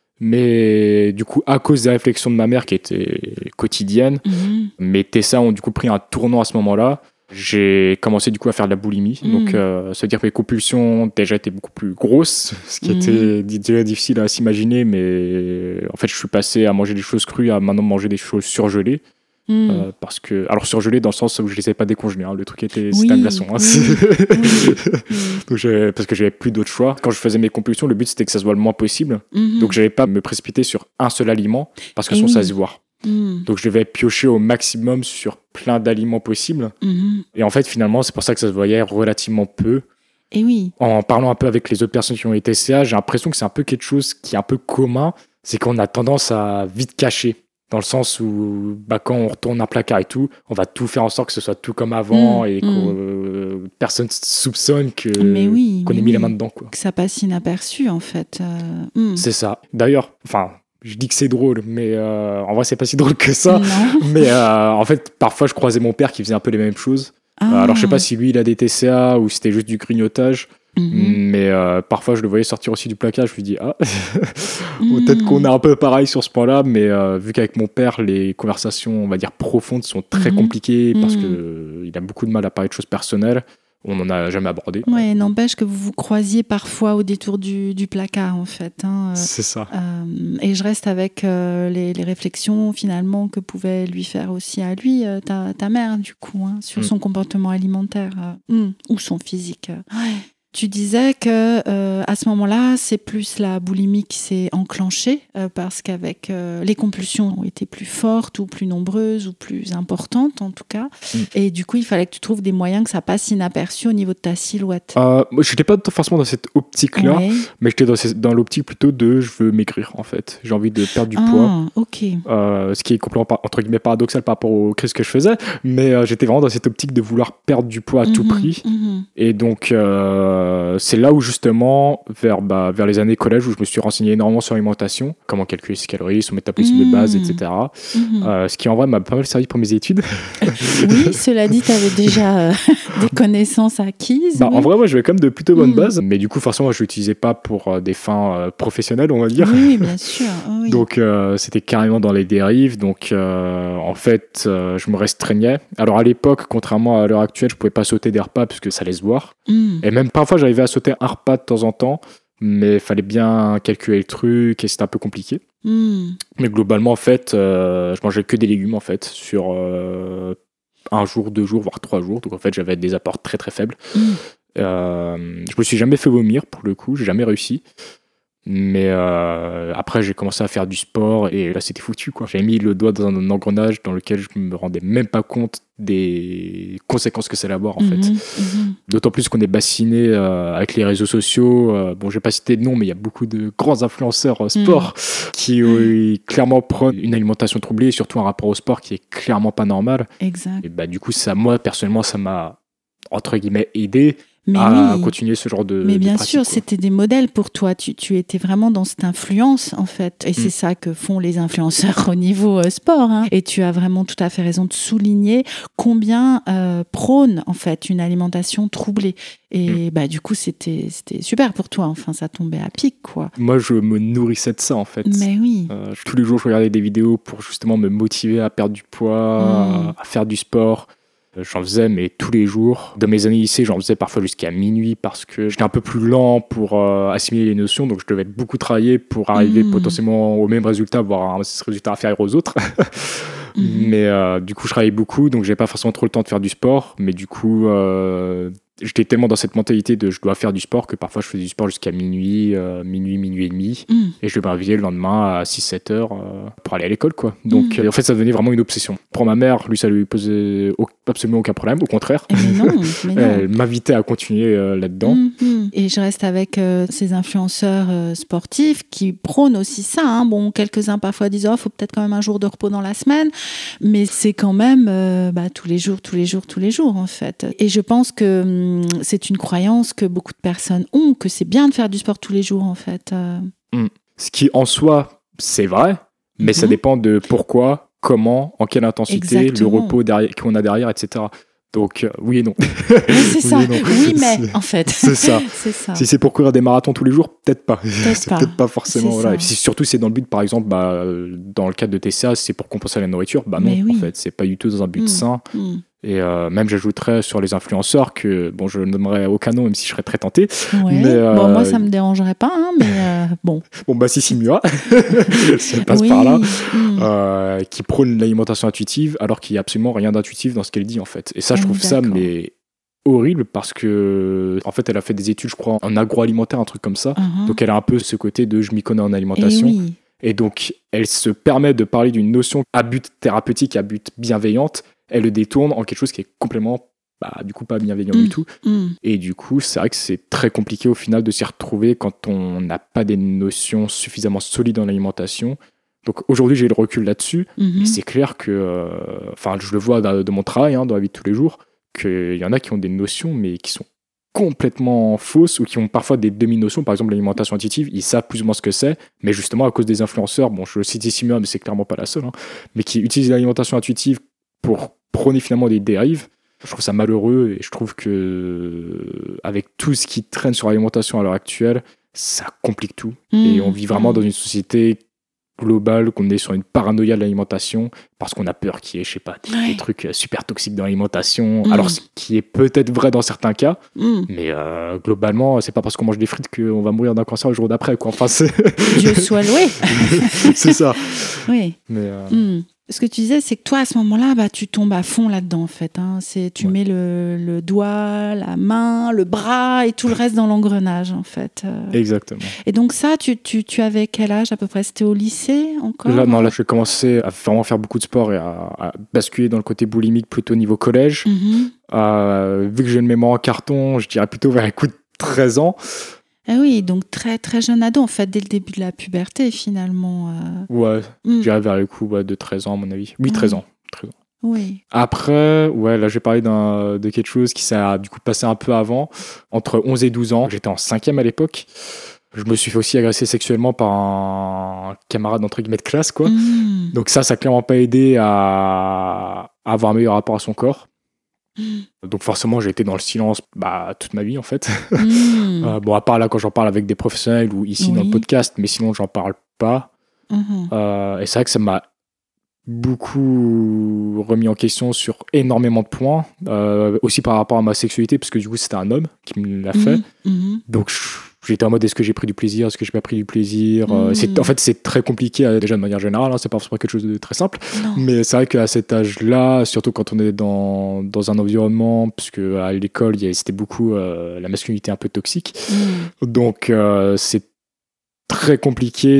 Mais du coup, à cause des réflexions de ma mère qui étaient quotidiennes, mmh. mes T C A ont du coup pris un tournant à ce moment-là. J'ai commencé du coup à faire de la boulimie, mmh. donc euh, ça veut dire que mes compulsions déjà étaient beaucoup plus grosses, ce qui mmh. était déjà difficile à s'imaginer, mais en fait je suis passé à manger des choses crues à maintenant manger des choses surgelées. Mmh. Euh, parce que, alors surgelé dans le sens où je les ai pas décongelés, hein. Le truc était oui, c'était un glaçon, hein. oui, oui. Donc j'avais, parce que j'avais plus d'autre choix. Quand je faisais mes compulsions, le but c'était que ça se voit le moins possible, mmh. donc j'avais pas à me précipiter sur un seul aliment parce que sinon oui. ça se voit. Mmh. Donc je devais piocher au maximum sur plein d'aliments possibles, mmh. et en fait finalement c'est pour ça que ça se voyait relativement peu. Et oui. En parlant un peu avec les autres personnes qui ont été T C A, j'ai l'impression que c'est un peu quelque chose qui est un peu commun, c'est qu'on a tendance à vite cacher. Dans le sens où, bah, quand on retourne un placard et tout, on va tout faire en sorte que ce soit tout comme avant mmh, et que mmh. euh, personne ne soupçonne que, oui, qu'on ait mis oui. la main dedans, quoi. Que ça passe inaperçu, en fait. Euh, mmh. C'est ça. D'ailleurs, enfin, je dis que c'est drôle, mais euh, en vrai, c'est pas si drôle que ça. Non. Mais euh, en fait, parfois, je croisais mon père qui faisait un peu les mêmes choses. Ah. Alors, je sais pas si lui, il a des T C A ou c'était juste du grignotage. Mmh. Mais euh, parfois je le voyais sortir aussi du placard, je lui dis ah mmh. peut-être qu'on est un peu pareil sur ce point-là, mais euh, vu qu'avec mon père les conversations on va dire profondes sont très mmh. compliquées parce mmh. que euh, il a beaucoup de mal à parler de choses personnelles, on n'en a jamais abordé. Ouais, n'empêche que vous vous croisiez parfois au détour du, du placard en fait. Hein. C'est ça. Euh, et je reste avec euh, les, les réflexions finalement que pouvait lui faire aussi à lui euh, ta, ta mère du coup hein, sur mmh. son comportement alimentaire euh, ou son physique. Ouais. Tu disais que euh, à ce moment-là, c'est plus la boulimie qui s'est enclenchée euh, parce qu'avec euh, les compulsions ont été plus fortes ou plus nombreuses ou plus importantes en tout cas. Mm. Et du coup, il fallait que tu trouves des moyens que ça passe inaperçu au niveau de ta silhouette. Euh, moi, j'étais pas forcément dans cette optique-là, ouais. mais j'étais dans, ces, dans l'optique plutôt de je veux maigrir en fait. J'ai envie de perdre du ah, poids. Ok. Euh, ce qui est complètement entre guillemets paradoxal par rapport aux crises que je faisais, mais euh, j'étais vraiment dans cette optique de vouloir perdre du poids à mm-hmm, tout prix. Mm-hmm. Et donc euh, c'est là où justement, vers, bah, vers les années collège, où je me suis renseigné énormément sur l'alimentation, comment calculer ses calories, son métabolisme mmh. de base, et cetera. Mmh. Euh, ce qui en vrai m'a pas mal servi pour mes études. Oui, cela dit, tu avais déjà euh, des connaissances acquises. Bah, oui. En vrai, moi, j'avais quand même de plutôt bonnes mmh. bases, mais du coup, forcément, je ne l'utilisais pas pour euh, des fins euh, professionnelles, on va dire. Oui, bien sûr. Oui. Donc, euh, c'était carrément dans les dérives. Donc, euh, en fait, euh, je me restreignais. Alors, à l'époque, contrairement à l'heure actuelle, je ne pouvais pas sauter des repas parce que ça allait se voir. Mmh. Et même parfois, j'arrivais à sauter un repas de temps en temps, mais il fallait bien calculer le truc et c'était un peu compliqué. Mm. Mais globalement, en fait, euh, je mangeais que des légumes en fait sur euh, un jour, deux jours, voire trois jours. Donc en fait, j'avais des apports très très faibles. Mm. Euh, je me suis jamais fait vomir pour le coup, j'ai jamais réussi. Mais euh, après, j'ai commencé à faire du sport et là, c'était foutu, quoi. J'avais mis le doigt dans un engrenage dans lequel je me rendais même pas compte des conséquences que ça allait avoir, en mmh, fait. Mmh. D'autant plus qu'on est bassiné euh, avec les réseaux sociaux. Euh, bon, je vais pas citer de nom, mais il y a beaucoup de grands influenceurs euh, sport mmh. qui euh, clairement prônent une alimentation troublée et surtout un rapport au sport qui est clairement pas normal. Exact. Et bah, du coup, ça, moi, personnellement, ça m'a, entre guillemets, aidé. Mais à oui. continuer ce genre de Mais bien de pratique, sûr, quoi. C'était des modèles pour toi. Tu, tu étais vraiment dans cette influence, en fait. Et mm. c'est ça que font les influenceurs au niveau euh, sport. Hein. Et tu as vraiment tout à fait raison de souligner combien euh, prône, en fait, une alimentation troublée. Et mm. bah, du coup, c'était, c'était super pour toi. Enfin, ça tombait à pic, quoi. Moi, je me nourrissais de ça, en fait. Mais oui. Euh, tous les jours, je regardais des vidéos pour justement me motiver à perdre du poids, mm. à, à faire du sport. J'en faisais, mais tous les jours. Dans mes années lycée, j'en faisais parfois jusqu'à minuit parce que j'étais un peu plus lent pour euh, assimiler les notions, donc je devais beaucoup travailler pour arriver mmh. potentiellement au même résultat, voire un résultat inférieur aux autres. mmh. Mais euh, du coup, je travaillais beaucoup, donc j'avais pas forcément trop le temps de faire du sport. Mais du coup, euh, j'étais tellement dans cette mentalité de je dois faire du sport que parfois je faisais du sport jusqu'à minuit, euh, minuit, minuit et demi. Mmh. Et je devais me réveiller le lendemain à six sept heures euh, pour aller à l'école, quoi. Donc, mmh. euh, en fait, ça devenait vraiment une obsession. Pour ma mère, lui, ça lui posait au- absolument aucun problème. Au contraire, mais non, mais non. Elle m'invitait à continuer euh, là-dedans. Mmh. Et je reste avec euh, ces influenceurs euh, sportifs qui prônent aussi ça. Hein. Bon, quelques-uns parfois disent oh, faut peut-être quand même un jour de repos dans la semaine, mais c'est quand même euh, bah, tous les jours, tous les jours, tous les jours, en fait. Et je pense que c'est une croyance que beaucoup de personnes ont, que c'est bien de faire du sport tous les jours, en fait. Euh... Mmh. Ce qui, en soi, c'est vrai, mais mmh. ça dépend de pourquoi, comment, en quelle intensité, Exactement. Le repos derrière, qu'on a derrière, et cetera. Donc, euh, oui et non. Oui, c'est ça. Oui, oui mais c'est, en fait. C'est ça. c'est ça. Si c'est pour courir des marathons tous les jours, peut-être pas. Peut-être c'est pas. peut-être pas forcément. C'est voilà. Et puis, surtout, c'est dans le but, par exemple, bah, dans le cadre de T C A, c'est pour compenser la nourriture. Bah non, mais oui. en fait, c'est pas du tout dans un but mmh. sain. Mmh. Et euh, même, j'ajouterais sur les influenceurs que, bon, je nommerai aucun nom, même si je serais très tenté. Ouais. Mais, euh, bon, moi, ça me dérangerait pas, hein, mais euh, bon. Bon, bah, si, si, Mua, ça passe oui. par là, mmh. euh, qui prône l'alimentation intuitive, alors qu'il n'y a absolument rien d'intuitif dans ce qu'elle dit, en fait. Et ça, je trouve D'accord. ça, mais horrible, parce que, en fait, elle a fait des études, je crois, en agroalimentaire, un truc comme ça. Uh-huh. Donc, elle a un peu ce côté de je m'y connais en alimentation. Et oui. Et donc, elle se permet de parler d'une notion à but thérapeutique, à but bienveillante. Elle le détourne en quelque chose qui est complètement bah, du coup pas bienveillant mmh. du tout. Mmh. Et du coup, c'est vrai que c'est très compliqué au final de s'y retrouver quand on n'a pas des notions suffisamment solides en alimentation. Donc aujourd'hui, j'ai le recul là-dessus, Mmh. mais c'est clair que, enfin, euh, je le vois dans, de mon travail, hein, dans la vie de tous les jours, qu'il y en a qui ont des notions, mais qui sont complètement fausses ou qui ont parfois des demi-notions. Par exemple, l'alimentation intuitive, ils savent plus ou moins ce que c'est, mais justement à cause des influenceurs, bon, je le cite ici, mais c'est clairement pas la seule, hein, mais qui utilisent l'alimentation intuitive pour prôner finalement des dérives. Je trouve ça malheureux et je trouve que avec tout ce qui traîne sur l'alimentation à l'heure actuelle, ça complique tout. Mmh. Et on vit vraiment mmh. dans une société globale, qu'on est sur une paranoïa de l'alimentation parce qu'on a peur qu'il y ait, je sais pas, des, ouais. des trucs super toxiques dans l'alimentation. Mmh. Alors, ce qui est peut-être vrai dans certains cas, mmh. mais euh, globalement, c'est pas parce qu'on mange des frites qu'on va mourir d'un cancer le jour d'après, quoi. Enfin, c'est... Dieu soit loué. C'est ça. Oui. Mais euh... mmh. Ce que tu disais, c'est que toi, à ce moment-là, bah, tu tombes à fond là-dedans, en fait. Hein. C'est, tu ouais. mets le, le doigt, la main, le bras et tout le reste dans l'engrenage, en fait. Euh... Exactement. Et donc ça, tu, tu, tu avais quel âge à peu près? C'était au lycée encore? Là, non, là, j'ai commencé à vraiment faire beaucoup de sport et à, à basculer dans le côté boulimique plutôt au niveau collège. Mm-hmm. Euh, vu que j'ai une mémoire en carton, je dirais plutôt vers un coup de treize ans. Ah oui, donc très, très jeune ado, en fait, dès le début de la puberté, finalement. Euh... Ouais, mm. j'irais vers le coup ouais, de treize ans, à mon avis. Oui, treize ans. treize ans. Oui. Après, ouais, là, j'ai parlé d'un, de quelque chose qui s'est du coup passé un peu avant. Entre onze et douze ans, j'étais en cinquième à l'époque. Je me suis fait aussi agresser sexuellement par un camarade, entre guillemets, de classe, quoi. Mm. Donc ça, ça n'a clairement pas aidé à, à avoir un meilleur rapport à son corps. Mmh. Donc forcément j'ai été dans le silence bah, toute ma vie en fait. Mmh. euh, bon à part là quand j'en parle avec des professionnels ou ici oui. dans le podcast, mais sinon j'en parle pas. Mmh. Euh, et c'est vrai que ça m'a beaucoup remis en question sur énormément de points, euh, aussi par rapport à ma sexualité parce que du coup c'était un homme qui me l'a fait. Mmh. Donc je, j'étais en mode est-ce que j'ai pris du plaisir, est-ce que j'ai pas pris du plaisir. Mmh. euh, c'est, en fait c'est très compliqué euh, déjà de manière générale, hein, c'est pas forcément quelque chose de très simple, non. Mais c'est vrai qu'à cet âge-là, surtout quand on est dans, dans un environnement, puisque à l'école y a, c'était beaucoup euh, la masculinité un peu toxique, mmh. donc euh, c'est très compliqué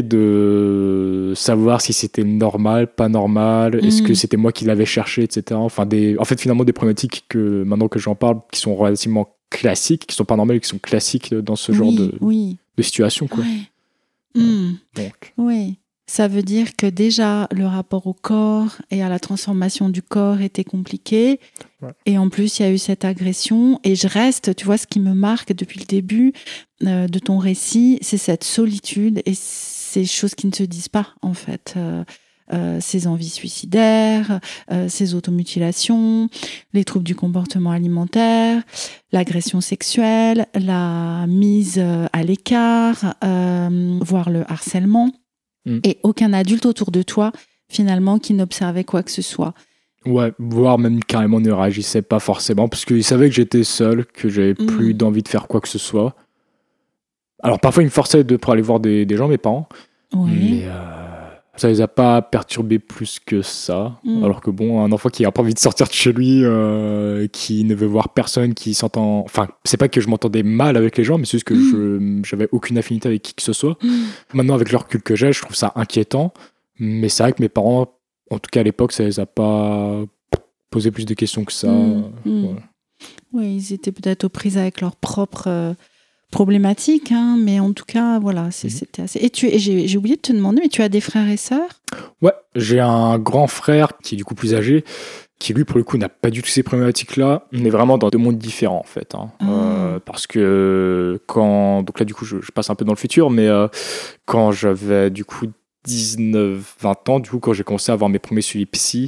de savoir si c'était normal, pas normal, mmh. est-ce que c'était moi qui l'avais cherché, et cetera. Enfin, des, en fait, finalement, des problématiques que, maintenant que j'en parle, qui sont relativement classiques, qui sont pas normales, qui sont classiques dans ce oui, genre de, oui. de situation, quoi. Ouais. Mmh. Donc. Oui. Ça veut dire que déjà, le rapport au corps et à la transformation du corps était compliqué. Ouais. Et en plus, il y a eu cette agression. Et je reste, tu vois, ce qui me marque depuis le début euh, de ton récit, c'est cette solitude et ces choses qui ne se disent pas, en fait. Euh, euh, ces envies suicidaires, euh, ces automutilations, les troubles du comportement alimentaire, l'agression sexuelle, la mise à l'écart, euh, voire le harcèlement. Mmh. Et aucun adulte autour de toi, finalement, qui n'observait quoi que ce soit. Ouais, voire même carrément ne réagissait pas forcément, parce qu'ils savaient que j'étais seul, que j'avais mmh. plus d'envie de faire quoi que ce soit. Alors parfois, ils me forçaient de, pour aller voir des, des gens, mes parents, ouais. mais euh, ça les a pas perturbés plus que ça. Mmh. Alors que bon, un enfant qui a pas envie de sortir de chez lui, euh, qui ne veut voir personne, qui s'entend... Enfin, c'est pas que je m'entendais mal avec les gens, mais c'est juste que mmh. je j'avais aucune affinité avec qui que ce soit. Mmh. Maintenant, avec le recul que j'ai, je trouve ça inquiétant. Mais c'est vrai que mes parents, en tout cas à l'époque, ça les a pas posé plus de questions que ça. Mmh. Ouais. Oui, ils étaient peut-être aux prises avec leurs propres... Euh... problématique, hein, mais en tout cas, voilà, c'est, mmh. c'était assez... Et, tu, et j'ai, j'ai oublié de te demander, mais tu as des frères et sœurs ? Ouais, j'ai un grand frère qui est du coup plus âgé, qui lui, pour le coup, n'a pas du tout ces problématiques-là. On est vraiment dans deux mondes différents, en fait. Hein. Ah. Euh, parce que quand... Donc là, du coup, je, je passe un peu dans le futur, mais euh, quand j'avais, du coup, dix-neuf vingt ans, du coup, quand j'ai commencé à avoir mes premiers suivis psy,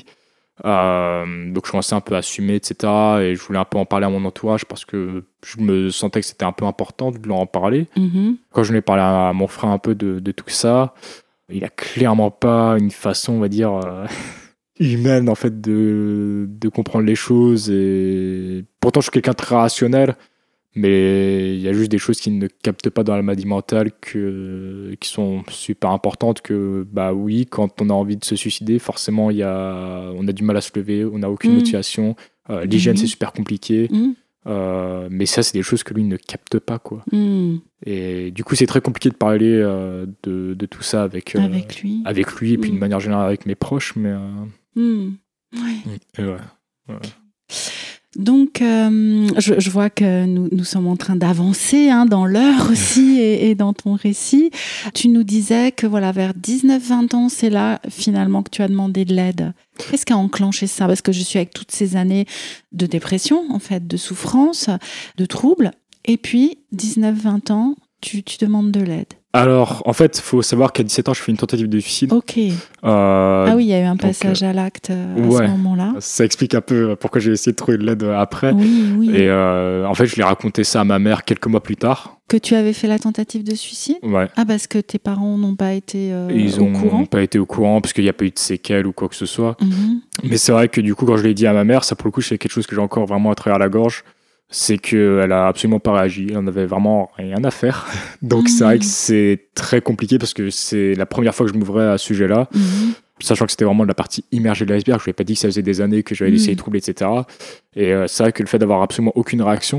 Euh, donc je commençais un peu à assumer, et cetera. Et je voulais un peu en parler à mon entourage parce que je me sentais que c'était un peu important de leur en parler. Mm-hmm. Quand je lui ai parlé à mon frère un peu de, de tout ça, il a clairement pas une façon, on va dire, euh, humaine en fait de, de comprendre les choses. Et pourtant, je suis quelqu'un de très rationnel. Mais il y a juste des choses qui ne captent pas dans la maladie mentale que, qui sont super importantes. Que, bah oui, quand on a envie de se suicider, forcément, y a, on a du mal à se lever, on n'a aucune mmh. motivation. Euh, l'hygiène, mmh. c'est super compliqué. Mmh. Euh, mais ça, c'est des choses que lui ne capte pas, quoi. Mmh. Et du coup, c'est très compliqué de parler euh, de, de tout ça avec, euh, avec lui. Avec lui, et puis mmh. de manière générale avec mes proches. Mais, euh... mmh. Ouais. Et ouais. ouais. Donc, euh, je, je vois que nous, nous sommes en train d'avancer hein, dans l'heure aussi et, et dans ton récit. Tu nous disais que voilà, vers dix-neuf vingt ans, c'est là finalement que tu as demandé de l'aide. Qu'est-ce qui a enclenché ça? Parce que je suis avec toutes ces années de dépression, en fait, de souffrance, de troubles. Et puis, dix-neuf vingt ans, tu, tu demandes de l'aide. Alors, en fait, il faut savoir qu'à dix-sept ans, je fais une tentative de suicide. Ok. Euh, ah oui, il y a eu un passage donc, à l'acte euh, ouais, à ce moment-là. Ça explique un peu pourquoi j'ai essayé de trouver de l'aide après. Oui, oui. Et euh, en fait, je l'ai raconté ça à ma mère quelques mois plus tard. Que tu avais fait la tentative de suicide? Ouais. Ah, parce que tes parents n'ont pas été euh, Ils au courant? Ils n'ont pas été au courant, parce qu'il n'y a pas eu de séquelles ou quoi que ce soit. Mm-hmm. Mais c'est vrai que du coup, quand je l'ai dit à ma mère, ça pour le coup, c'est quelque chose que j'ai encore vraiment à travers la gorge. C'est qu'elle a absolument pas réagi, elle en avait vraiment rien à faire. Donc mmh. c'est vrai que c'est très compliqué parce que c'est la première fois que je m'ouvrais à ce sujet-là, mmh. sachant que c'était vraiment la partie immergée de l'iceberg. Je lui ai pas dit que ça faisait des années que j'avais laissé les troubles, et cetera. Et euh, c'est vrai que le fait d'avoir absolument aucune réaction,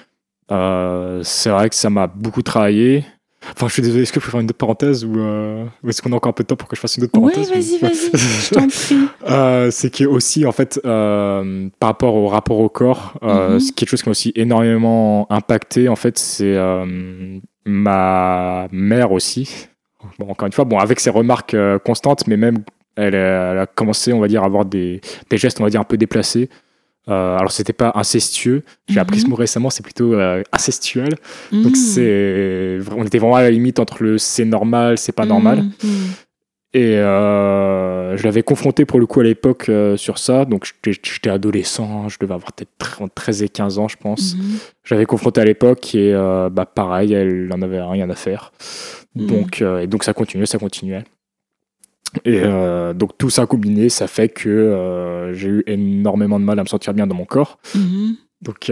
euh, c'est vrai que ça m'a beaucoup travaillé. Enfin, je suis désolé, est-ce que je peux faire une autre parenthèse ou, euh, ou est-ce qu'on a encore un peu de temps pour que je fasse une autre parenthèse? Oui, vas-y, vas-y, je t'en prie. euh, c'est que aussi, en fait, euh, par rapport au rapport au corps, euh, mm-hmm. c'est quelque chose qui m'a aussi énormément impacté, en fait, c'est euh, ma mère aussi. Bon, encore une fois, bon, avec ses remarques euh, constantes, mais même, elle, elle a commencé, on va dire, à avoir des, des gestes, on va dire, un peu déplacés. Euh, alors, c'était pas incestueux. J'ai mm-hmm. appris ce mot récemment, c'est plutôt euh, incestuel. Mm-hmm. Donc, c'est, on était vraiment à la limite entre le c'est normal, c'est pas mm-hmm. normal. Et euh, je l'avais confronté pour le coup à l'époque euh, sur ça. Donc, j'étais, j'étais adolescent, je devais avoir peut-être entre treize et quinze ans, je pense. Mm-hmm. J'avais confronté à l'époque et euh, bah, pareil, elle n'en avait rien à faire. Mm-hmm. Donc, euh, et donc, ça continuait, ça continuait. Et euh, donc tout ça combiné, ça fait que euh, j'ai eu énormément de mal à me sentir bien dans mon corps. Mmh. Donc,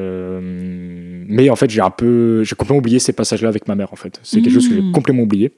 euh, mais en fait, j'ai un peu, j'ai complètement oublié ces passages-là avec ma mère. En fait, c'est quelque mmh. chose que j'ai complètement oublié.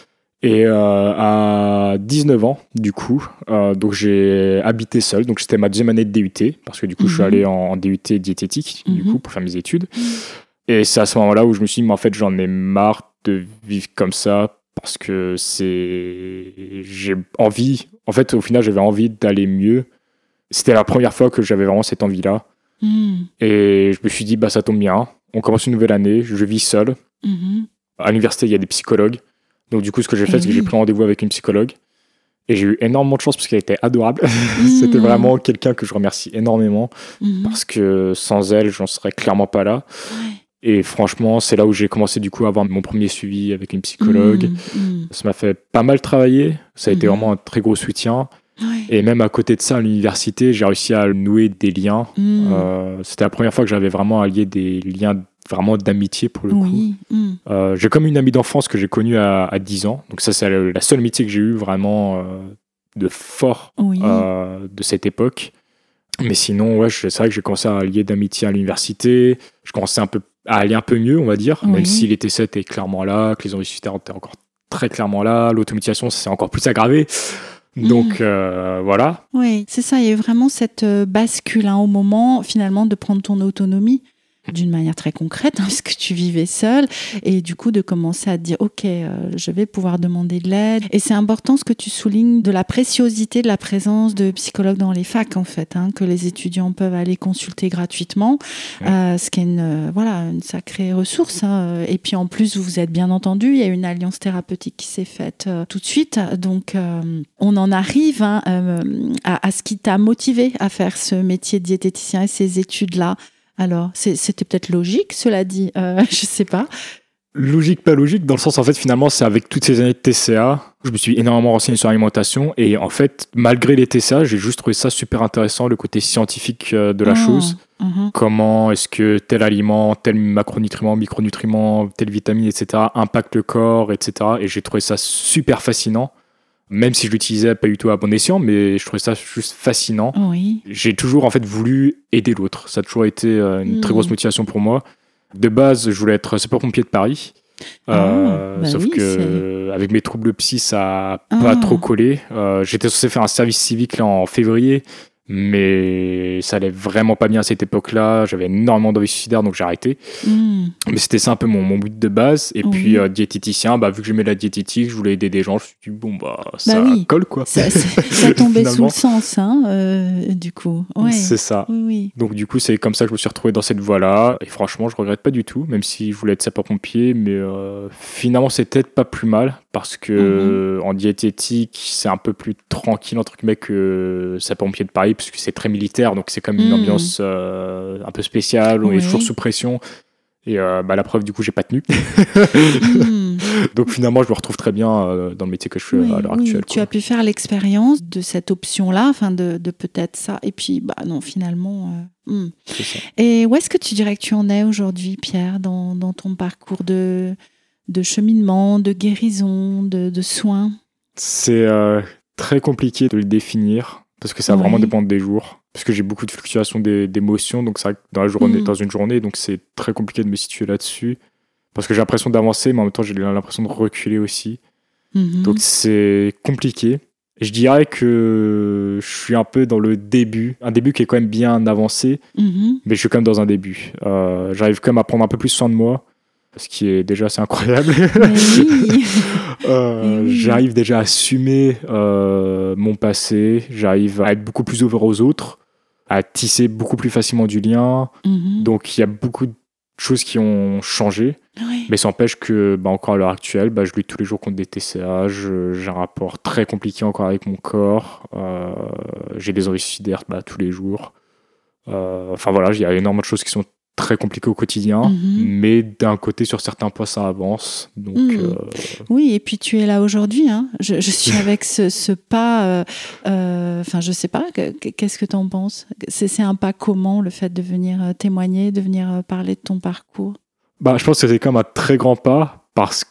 Et euh, à dix-neuf ans, du coup, euh, donc j'ai habité seul. Donc c'était ma deuxième année de D U T parce que du coup, mmh. je suis allé en, en D U T diététique mmh. du coup pour faire mes études. Mmh. Et c'est à ce moment-là où je me suis dit, mais en fait, j'en ai marre de vivre comme ça. Parce que c'est... j'ai envie... En fait, au final, j'avais envie d'aller mieux. C'était la première fois que j'avais vraiment cette envie-là. Mm. Et je me suis dit, bah, ça tombe bien. On commence une nouvelle année. Je vis seul. Mm-hmm. À l'université, il y a des psychologues. Donc, du coup, ce que j'ai fait, et c'est oui. que j'ai pris rendez-vous avec une psychologue. Et j'ai eu énormément de chance parce qu'elle était adorable. Mm. C'était vraiment quelqu'un que je remercie énormément. Mm-hmm. Parce que sans elle, j'en serais clairement pas là. Ouais. Et franchement, c'est là où j'ai commencé du coup à avoir mon premier suivi avec une psychologue. Mmh, mmh. Ça m'a fait pas mal travailler. Ça a mmh. été vraiment un très gros soutien. Ouais. Et même à côté de ça, à l'université, j'ai réussi à nouer des liens. Mmh. Euh, c'était la première fois que j'avais vraiment allié des liens vraiment d'amitié pour le oui. coup. Mmh. Euh, j'ai comme une amie d'enfance que j'ai connue à, à dix ans. Donc ça, c'est la seule amitié que j'ai eue vraiment euh, de fort oui. euh, de cette époque. Mais sinon, ouais, c'est vrai que j'ai commencé à lier d'amitié à l'université. Je commençais un peu à aller un peu mieux, on va dire, oui. même si les T sept est clairement là, que les envies suicidaires étaient encore très clairement là, l'automutilation, ça s'est encore plus aggravé. Donc, mmh. euh, voilà. Oui, c'est ça, il y a eu vraiment cette bascule hein, au moment, finalement, de prendre ton autonomie d'une manière très concrète, hein, parce que tu vivais seul, et du coup de commencer à te dire ok, euh, je vais pouvoir demander de l'aide. Et c'est important ce que tu soulignes de la préciosité de la présence de psychologues dans les facs en fait, hein, que les étudiants peuvent aller consulter gratuitement, ouais. euh, ce qui est une, euh, voilà, une sacrée ressource. Hein. Et puis en plus, vous vous êtes bien entendu, il y a une alliance thérapeutique qui s'est faite euh, tout de suite. Donc euh, on en arrive hein, euh, à, à ce qui t'a motivé à faire ce métier de diététicien et ces études-là. Alors, c'est, c'était peut-être logique, cela dit, euh, je sais pas. Logique, pas logique, dans le sens, en fait, finalement, c'est avec toutes ces années de T C A, je me suis énormément renseigné sur l'alimentation, et en fait, malgré les T C A, j'ai juste trouvé ça super intéressant, le côté scientifique de la mmh, chose. Mmh. Comment est-ce que tel aliment, tel macronutriment, micronutriment, telle vitamine, et cetera, impacte le corps, et cetera. Et j'ai trouvé ça super fascinant. Même si je l'utilisais pas du tout à bon escient, mais je trouvais ça juste fascinant. Oui. J'ai toujours en fait voulu aider l'autre. Ça a toujours été euh, une mmh. très grosse motivation pour moi. De base, je voulais être sapeur-pompier de Paris. Ah, euh, bah sauf oui, que c'est... avec mes troubles psy, ça a ah. pas trop collé. Euh, j'étais censé faire un service civique là en février, Mais ça allait vraiment pas bien à cette époque-là. J'avais énormément d'envie suicidaire, donc j'ai arrêté. Mmh. Mais c'était ça un peu mon, mon but de base. Et oui. puis, euh, diététicien, bah, vu que j'aimais la diététique, je voulais aider des gens. Je me suis dit, bon, bah, ça bah oui. colle, quoi. Ça, ça tombait sous le sens, hein, euh, du coup. Ouais. C'est ça. Oui, oui. Donc, du coup, c'est comme ça que je me suis retrouvé dans cette voie-là. Et franchement, je regrette pas du tout, même si je voulais être sapeur-pompier. Mais euh, finalement, c'est peut-être pas plus mal. Parce que mmh. en diététique, c'est un peu plus tranquille, entre guillemets, que sapeur-pompier de Paris, parce que c'est très militaire, donc c'est quand même une mmh. ambiance euh, un peu spéciale, on oui. est toujours sous pression. Et euh, bah, la preuve, du coup, j'ai pas tenu. mmh. Donc finalement, je me retrouve très bien euh, dans le métier que je fais oui, à l'heure oui. actuelle. Tu quoi. as pu faire l'expérience de cette option-là, enfin de, de peut-être ça. Et puis, bah non, finalement. Euh, hmm. C'est ça. Et où est-ce que tu dirais que tu en es aujourd'hui, Pierre, dans, dans ton parcours de, de cheminement, de guérison, de, de soins? C'est euh, très compliqué de le définir parce que ça va oui. vraiment dépendre des jours. Parce que j'ai beaucoup de fluctuations des, d'émotions, donc c'est vrai que dans, la journée, mmh. dans une journée, donc c'est très compliqué de me situer là-dessus. Parce que j'ai l'impression d'avancer, mais en même temps, j'ai l'impression de reculer aussi. Mmh. Donc c'est compliqué. Je dirais que je suis un peu dans le début, un début qui est quand même bien avancé, mmh. mais je suis quand même dans un début. Euh, j'arrive quand même à prendre un peu plus soin de moi, ce qui est déjà assez incroyable. Oui. euh, oui. J'arrive déjà à assumer euh, mon passé, j'arrive à être beaucoup plus ouvert aux autres, à tisser beaucoup plus facilement du lien. Mm-hmm. Donc il y a beaucoup de choses qui ont changé, oui. mais ça n'empêche que bah, encore à l'heure actuelle, bah, je lutte tous les jours contre des T C A, je, j'ai un rapport très compliqué encore avec mon corps, euh, j'ai des envies suicidaires bah, tous les jours. Euh, enfin voilà, il y a énormément de choses qui sont très compliqué au quotidien, mmh. mais d'un côté, sur certains points, ça avance. Donc, mmh. euh... Oui, et puis tu es là aujourd'hui. Hein. Je, je suis avec ce, ce pas... Enfin, euh, euh, je sais pas, qu'est-ce que tu en penses ? c'est, c'est un pas comment, le fait de venir témoigner, de venir parler de ton parcours ? Bah, je pense que c'est quand même un très grand pas, parce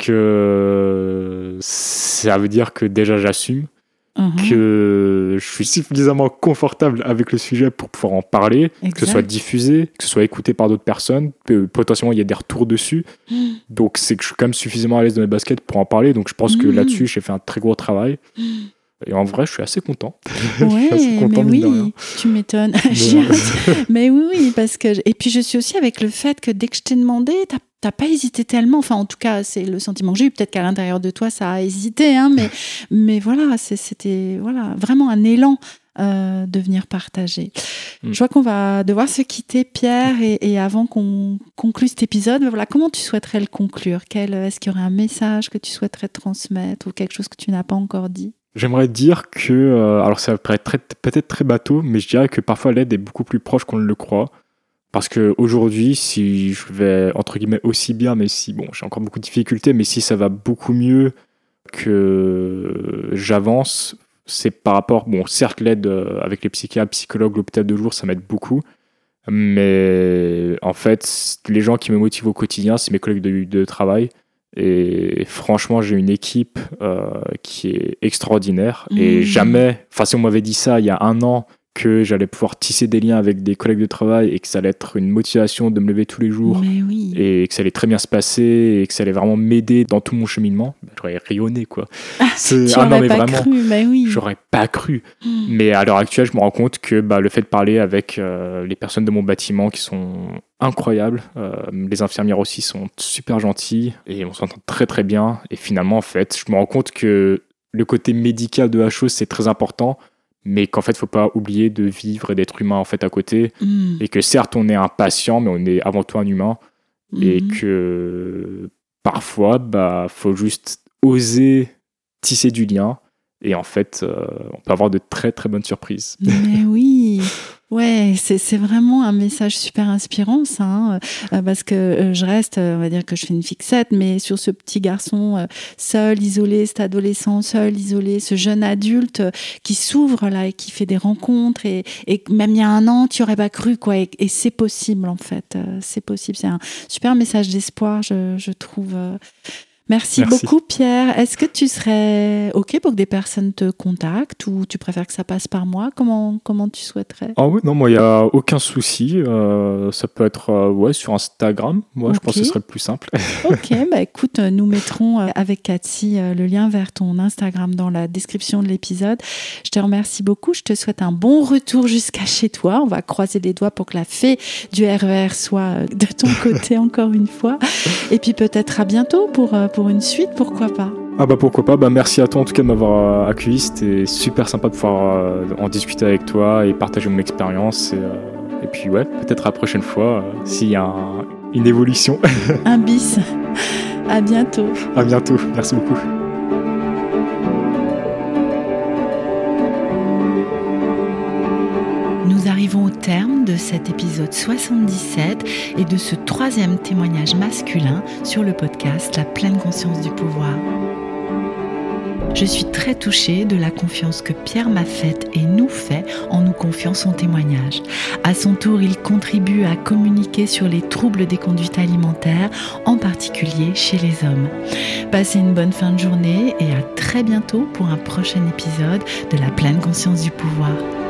que ça veut dire que déjà, j'assume. Mmh. Que je suis suffisamment confortable avec le sujet pour pouvoir en parler, exact. Que ce soit diffusé, que ce soit écouté par d'autres personnes, potentiellement il y a des retours dessus, mmh. donc c'est que je suis quand même suffisamment à l'aise dans mes baskets pour en parler, donc je pense mmh. que là-dessus j'ai fait un très gros travail, mmh. et en vrai je suis assez content. Ouais, assez content, mais oui, tu m'étonnes. Mais, mais oui, oui, parce que... Et puis je suis aussi avec le fait que dès que je t'ai demandé, t'as T'as pas hésité tellement, enfin en tout cas c'est le sentiment que j'ai eu, peut-être qu'à l'intérieur de toi ça a hésité, hein, mais, mais voilà, c'est, c'était voilà, vraiment un élan euh, de venir partager. Mm. Je vois qu'on va devoir se quitter, Pierre, et, et avant qu'on conclue cet épisode, voilà, comment tu souhaiterais le conclure ? Quel, est-ce qu'il y aurait un message que tu souhaiterais transmettre ou quelque chose que tu n'as pas encore dit ? J'aimerais dire que, euh, alors ça peut être très, peut-être très bateau, mais je dirais que parfois l'aide est beaucoup plus proche qu'on ne le croit. Parce qu'aujourd'hui, si je vais, entre guillemets, aussi bien, mais si, bon, j'ai encore beaucoup de difficultés, mais si ça va beaucoup mieux que j'avance, c'est par rapport, bon, certes, l'aide avec les psychiatres, psychologues, l'hôpital de jour, ça m'aide beaucoup, mais en fait, les gens qui me motivent au quotidien, c'est mes collègues de, de travail, et franchement, j'ai une équipe euh, qui est extraordinaire, mmh. et jamais, enfin, si on m'avait dit ça il y a un an, que j'allais pouvoir tisser des liens avec des collègues de travail et que ça allait être une motivation de me lever tous les jours oui. et que ça allait très bien se passer et que ça allait vraiment m'aider dans tout mon cheminement, bah, j'aurais rayonné quoi. Ah, c'est... tu ah, non, mais pas vraiment, cru, mais oui. J'aurais pas cru. Mmh. Mais à l'heure actuelle, je me rends compte que bah, le fait de parler avec euh, les personnes de mon bâtiment qui sont incroyables, euh, les infirmières aussi sont super gentilles et on s'entend très très bien. Et finalement, en fait, je me rends compte que le côté médical de la chose, c'est très important, mais qu'en fait, il ne faut pas oublier de vivre et d'être humain en fait, à côté. Mmh. Et que certes, on est un patient, mais on est avant tout un humain. Mmh. Et que parfois, il bah, faut juste oser tisser du lien. Et en fait, euh, on peut avoir de très, très bonnes surprises. Mais oui, ouais, c'est, c'est vraiment un message super inspirant, ça. Hein, euh, parce que euh, je reste, euh, on va dire que je fais une fixette, mais sur ce petit garçon euh, seul, isolé, cet adolescent seul, isolé, ce jeune adulte euh, qui s'ouvre là et qui fait des rencontres. Et, et même il y a un an, tu n'aurais pas cru, quoi. Et, et c'est possible, en fait. Euh, c'est possible. C'est un super message d'espoir, je, je trouve... Euh, Merci, Merci beaucoup Pierre. Est-ce que tu serais OK pour que des personnes te contactent ou tu préfères que ça passe par moi? Comment, comment tu souhaiterais? Ah oui, non, moi, il n'y a aucun souci. Euh, ça peut être euh, ouais, sur Instagram. Moi, okay. Je pense que ce serait le plus simple. Ok, bah écoute, nous mettrons euh, avec Cathy euh, le lien vers ton Instagram dans la description de l'épisode. Je te remercie beaucoup. Je te souhaite un bon retour jusqu'à chez toi. On va croiser les doigts pour que la fée du R E R soit de ton côté encore une fois. Et puis peut-être à bientôt pour, pour une suite, pourquoi pas. Ah bah pourquoi pas, bah merci à toi en tout cas de m'avoir accueilli, c'était super sympa de pouvoir euh, en discuter avec toi et partager mon expérience et, euh, et puis ouais, peut-être à la prochaine fois euh, s'il y a un, une évolution. Un bis, à bientôt. À bientôt, merci beaucoup. Nous arrivons au terme de cet épisode soixante-dix-sept et de ce troisième témoignage masculin sur le podcast La pleine conscience du pouvoir. Je suis très touchée de la confiance que Pierre m'a faite et nous fait en nous confiant son témoignage. À son tour, il contribue à communiquer sur les troubles des conduites alimentaires, en particulier chez les hommes. Passez une bonne fin de journée et à très bientôt pour un prochain épisode de La pleine conscience du pouvoir.